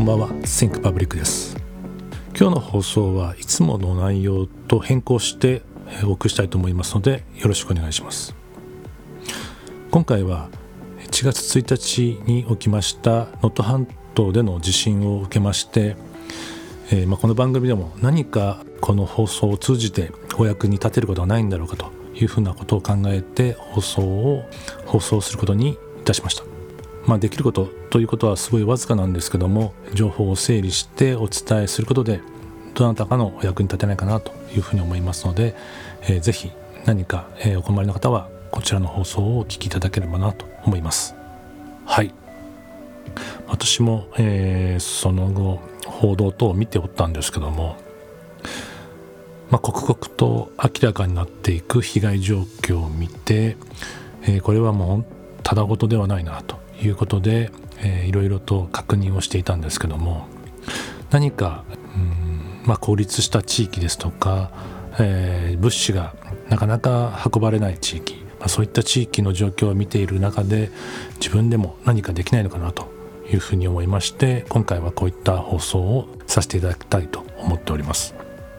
んばんは、Think Public です。今日の放送はいつもの内容と変更してお送りしたいと思いますので、よろしくお願いします。今回は1月1日に起きました能登半島での地震を受けまして、この番組でも何かこの放送を通じてお役に立てることはないんだろうかというふうなことを考えて放送することにいたしました。できることということはすごいわずかなんですけども、情報を整理してお伝えすることでどなたかのお役に立てないかなというふうに思いますので、ぜひ何か、お困りの方はこちらの放送をお聞きいただければなと思います。はい、私も、その後報道等を見ておったんですけども、刻々と明らかになっていく被害状況を見て、これはもうただごとではないなということで、いろいろと確認をしていたんですけども、何か孤立した地域ですとか、物資がなかなか運ばれない地域、そういった地域の状況を見ている中で自分でも何かできないのかなというふうに思いまして、今回はこういった放送をさせていただきたいと思っております。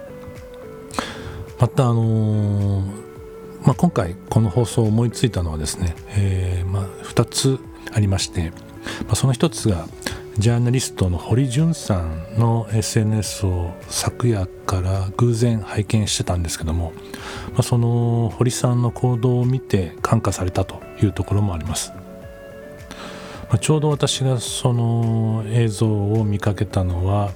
また今回この放送を思いついたのはですね、2つありまして、その一つがジャーナリストの堀潤さんの SNS を昨夜から偶然拝見してたんですけども、その堀さんの行動を見て感化されたというところもあります。ちょうど私がその映像を見かけたのは、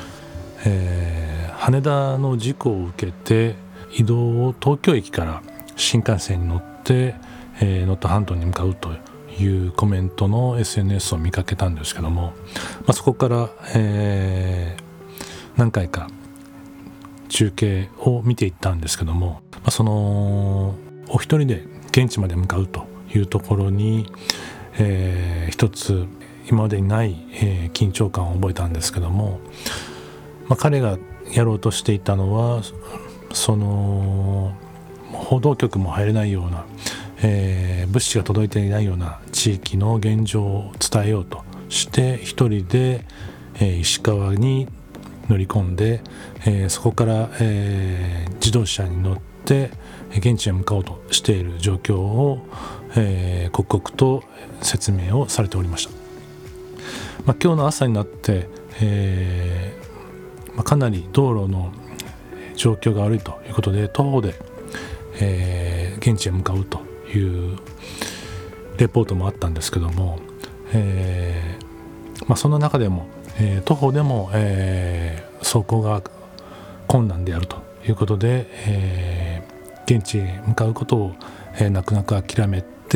羽田の事故を受けて移動を東京駅から新幹線に乗って能登半島に向かうというコメントの SNS を見かけたんですけども、そこから、何回か中継を見ていったんですけども、そのお一人で現地まで向かうというところに、一つ今までにない、緊張感を覚えたんですけども、彼がやろうとしていたのはその報道局も入れないような、物資が届いていないような地域の現状を伝えようとして一人で、石川に乗り込んで、そこから、自動車に乗って現地へ向かおうとしている状況を、刻々と説明をされておりました。今日の朝になって、かなり道路の状況が悪いということで徒歩で、現地へ向かうというレポートもあったんですけども、その中でも、徒歩でも、走行が困難であるということで、現地へ向かうことを、泣く泣く諦めた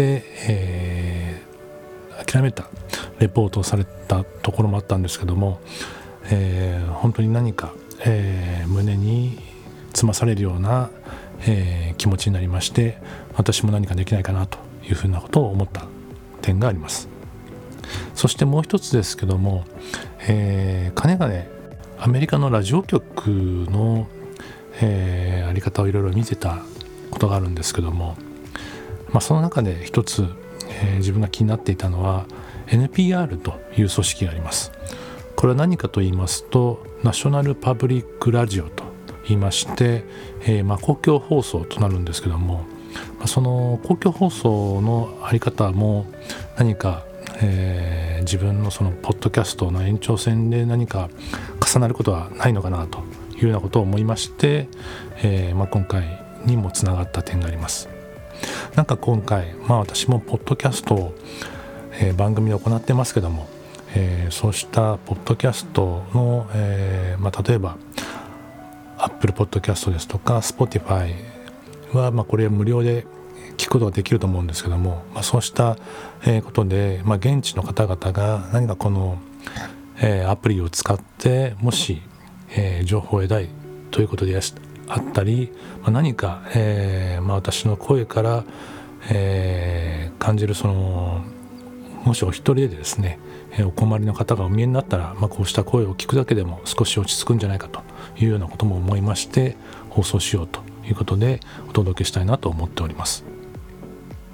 レポートをされたところもあったんですけども、本当に何か、胸につまされるような気持ちになりまして、私も何かできないかなというふうなことを思った点があります。そしてもう一つですけども、かねがねアメリカのラジオ局の、あり方をいろいろ見てたことがあるんですけども、その中で一つ、自分が気になっていたのは NPR という組織があります。これは何かと言いますと、ナショナルパブリックラジオと言いまして、公共放送となるんですけども、その公共放送のあり方も何か、自分のそのポッドキャストの延長線で何か重なることはないのかなというようなことを思いまして、今回にもつながった点があります。今回、私もポッドキャストを、番組で行ってますけども、そうしたポッドキャストの、例えばApple Podcast ですとか Spotify は、これは無料で聞くことができると思うんですけども、そうした、ことで、現地の方々が何かこの、アプリを使ってもし、情報を得たいということであったり、何か、私の声から、感じるそのもしお一人でですね、お困りの方がお見えになったら、こうした声を聞くだけでも少し落ち着くんじゃないかというようなことも思いまして放送しようということでお届けしたいなと思っております。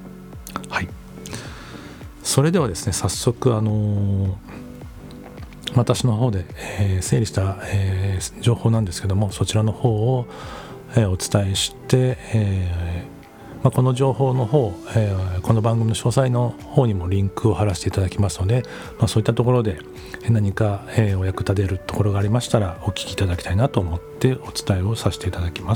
はい、それではですね、早速私の方で、整理した、情報なんですけども、そちらの方を、お伝えして、この情報の方、この番組の詳細の方にもリンクを貼らせていただきますので、そういったところで何か、お役立てるところがありましたらお聞きいただきたいなと思ってお伝えをさせていただきます。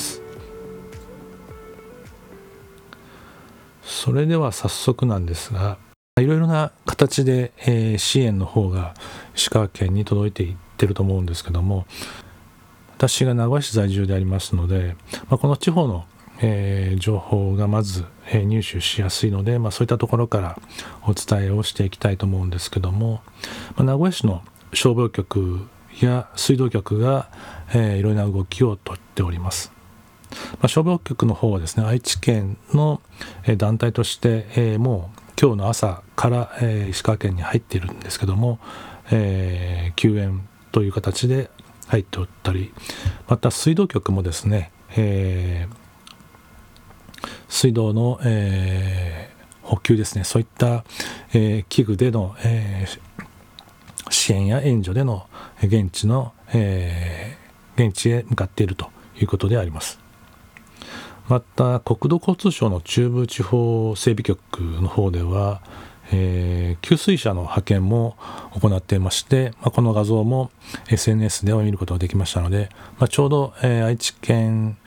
それでは早速なんですが、いろいろな形で、支援の方が石川県に届いていってると思うんですけども、私が名古屋市在住でありますので、この地方の、情報がまず、入手しやすいので、そういったところからお伝えをしていきたいと思うんですけども、名古屋市の消防局や水道局が、いろいろな動きをとっております。消防局の方はですね、愛知県の団体として、もう今日の朝から、石川県に入っているんですけども、救援という形で入っておったり、また水道局もですね、水道の、補給ですね、そういった、器具での、支援や援助での現地へ向かっているということであります。また国土交通省の中部地方整備局の方では、給水車の派遣も行っていまして、この画像も SNS では見ることができましたので、ちょうど、愛知県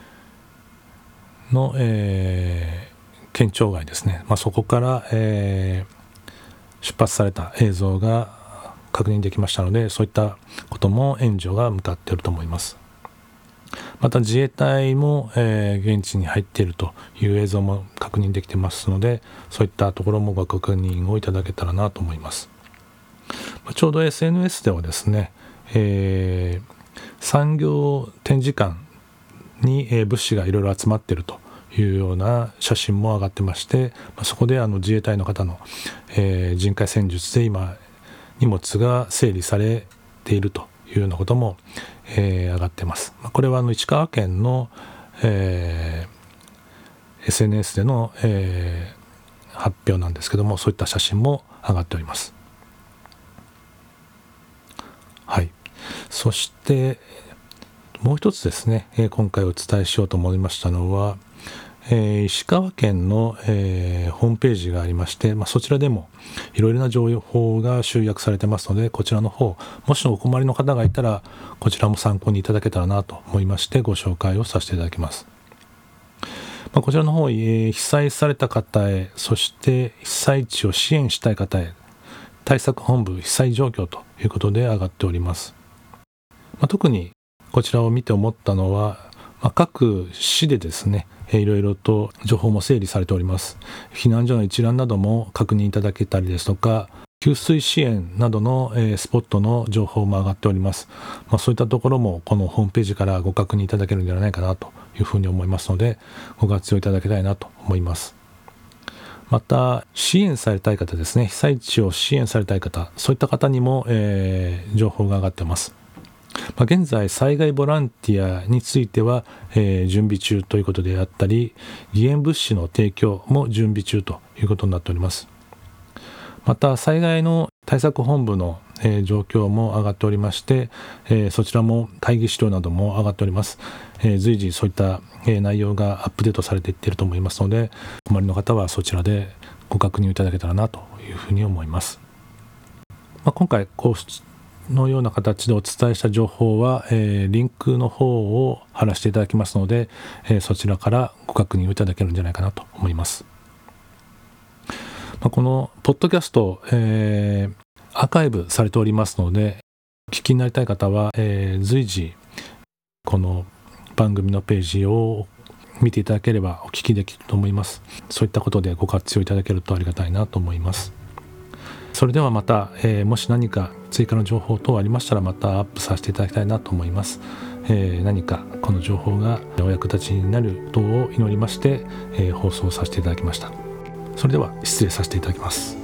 の、県庁外ですね、そこから、出発された映像が確認できましたので、そういったことも援助が向かっていると思います。また自衛隊も、現地に入っているという映像も確認できてますので、そういったところもご確認をいただけたらなと思います。ちょうど SNS ではですね、産業展示館に、物資がいろいろ集まっているというような写真も上がってまして、そこで自衛隊の方の、人海戦術で今荷物が整理されているというようなことも、上がってます。これは石川県の、SNS での、発表なんですけども、そういった写真も上がっております。はい。そしてもう一つですね、今回お伝えしようと思いましたのは、石川県の、ホームページがありまして、そちらでもいろいろな情報が集約されてますので、こちらの方、もしお困りの方がいたらこちらも参考にいただけたらなと思いましてご紹介をさせていただきます。こちらの方、被災された方へ、そして被災地を支援したい方へ、対策本部被災状況ということで上がっております。特にこちらを見て思ったのは、各市でですね、いろいろと情報も整理されております。避難所の一覧なども確認いただけたりですとか、給水支援などの、スポットの情報も上がっております。そういったところもこのホームページからご確認いただけるんではないかなというふうに思いますので、ご活用いただきたいなと思います。また支援されたい方ですね、被災地を支援されたい方、そういった方にも、情報が上がっています。現在災害ボランティアについては、準備中ということであったり、義援物資の提供も準備中ということになっております。また災害の対策本部の、状況も上がっておりまして、そちらも会議資料なども上がっております。随時そういった、内容がアップデートされていっていると思いますので、お困りの方はそちらでご確認いただけたらなというふうに思います。今回このような形でお伝えした情報は、リンクの方を貼らせていただきますので、そちらからご確認をいただけるんじゃないかなと思います。このポッドキャスト、アーカイブされておりますので、お聞きになりたい方は、随時この番組のページを見ていただければお聞きできると思います。そういったことでご活用いただけるとありがたいなと思います。それではまた、もし何か追加の情報等ありましたらまたアップさせていただきたいなと思います。何かこの情報がお役立ちになることを祈りまして、放送させていただきました。それでは失礼させていただきます。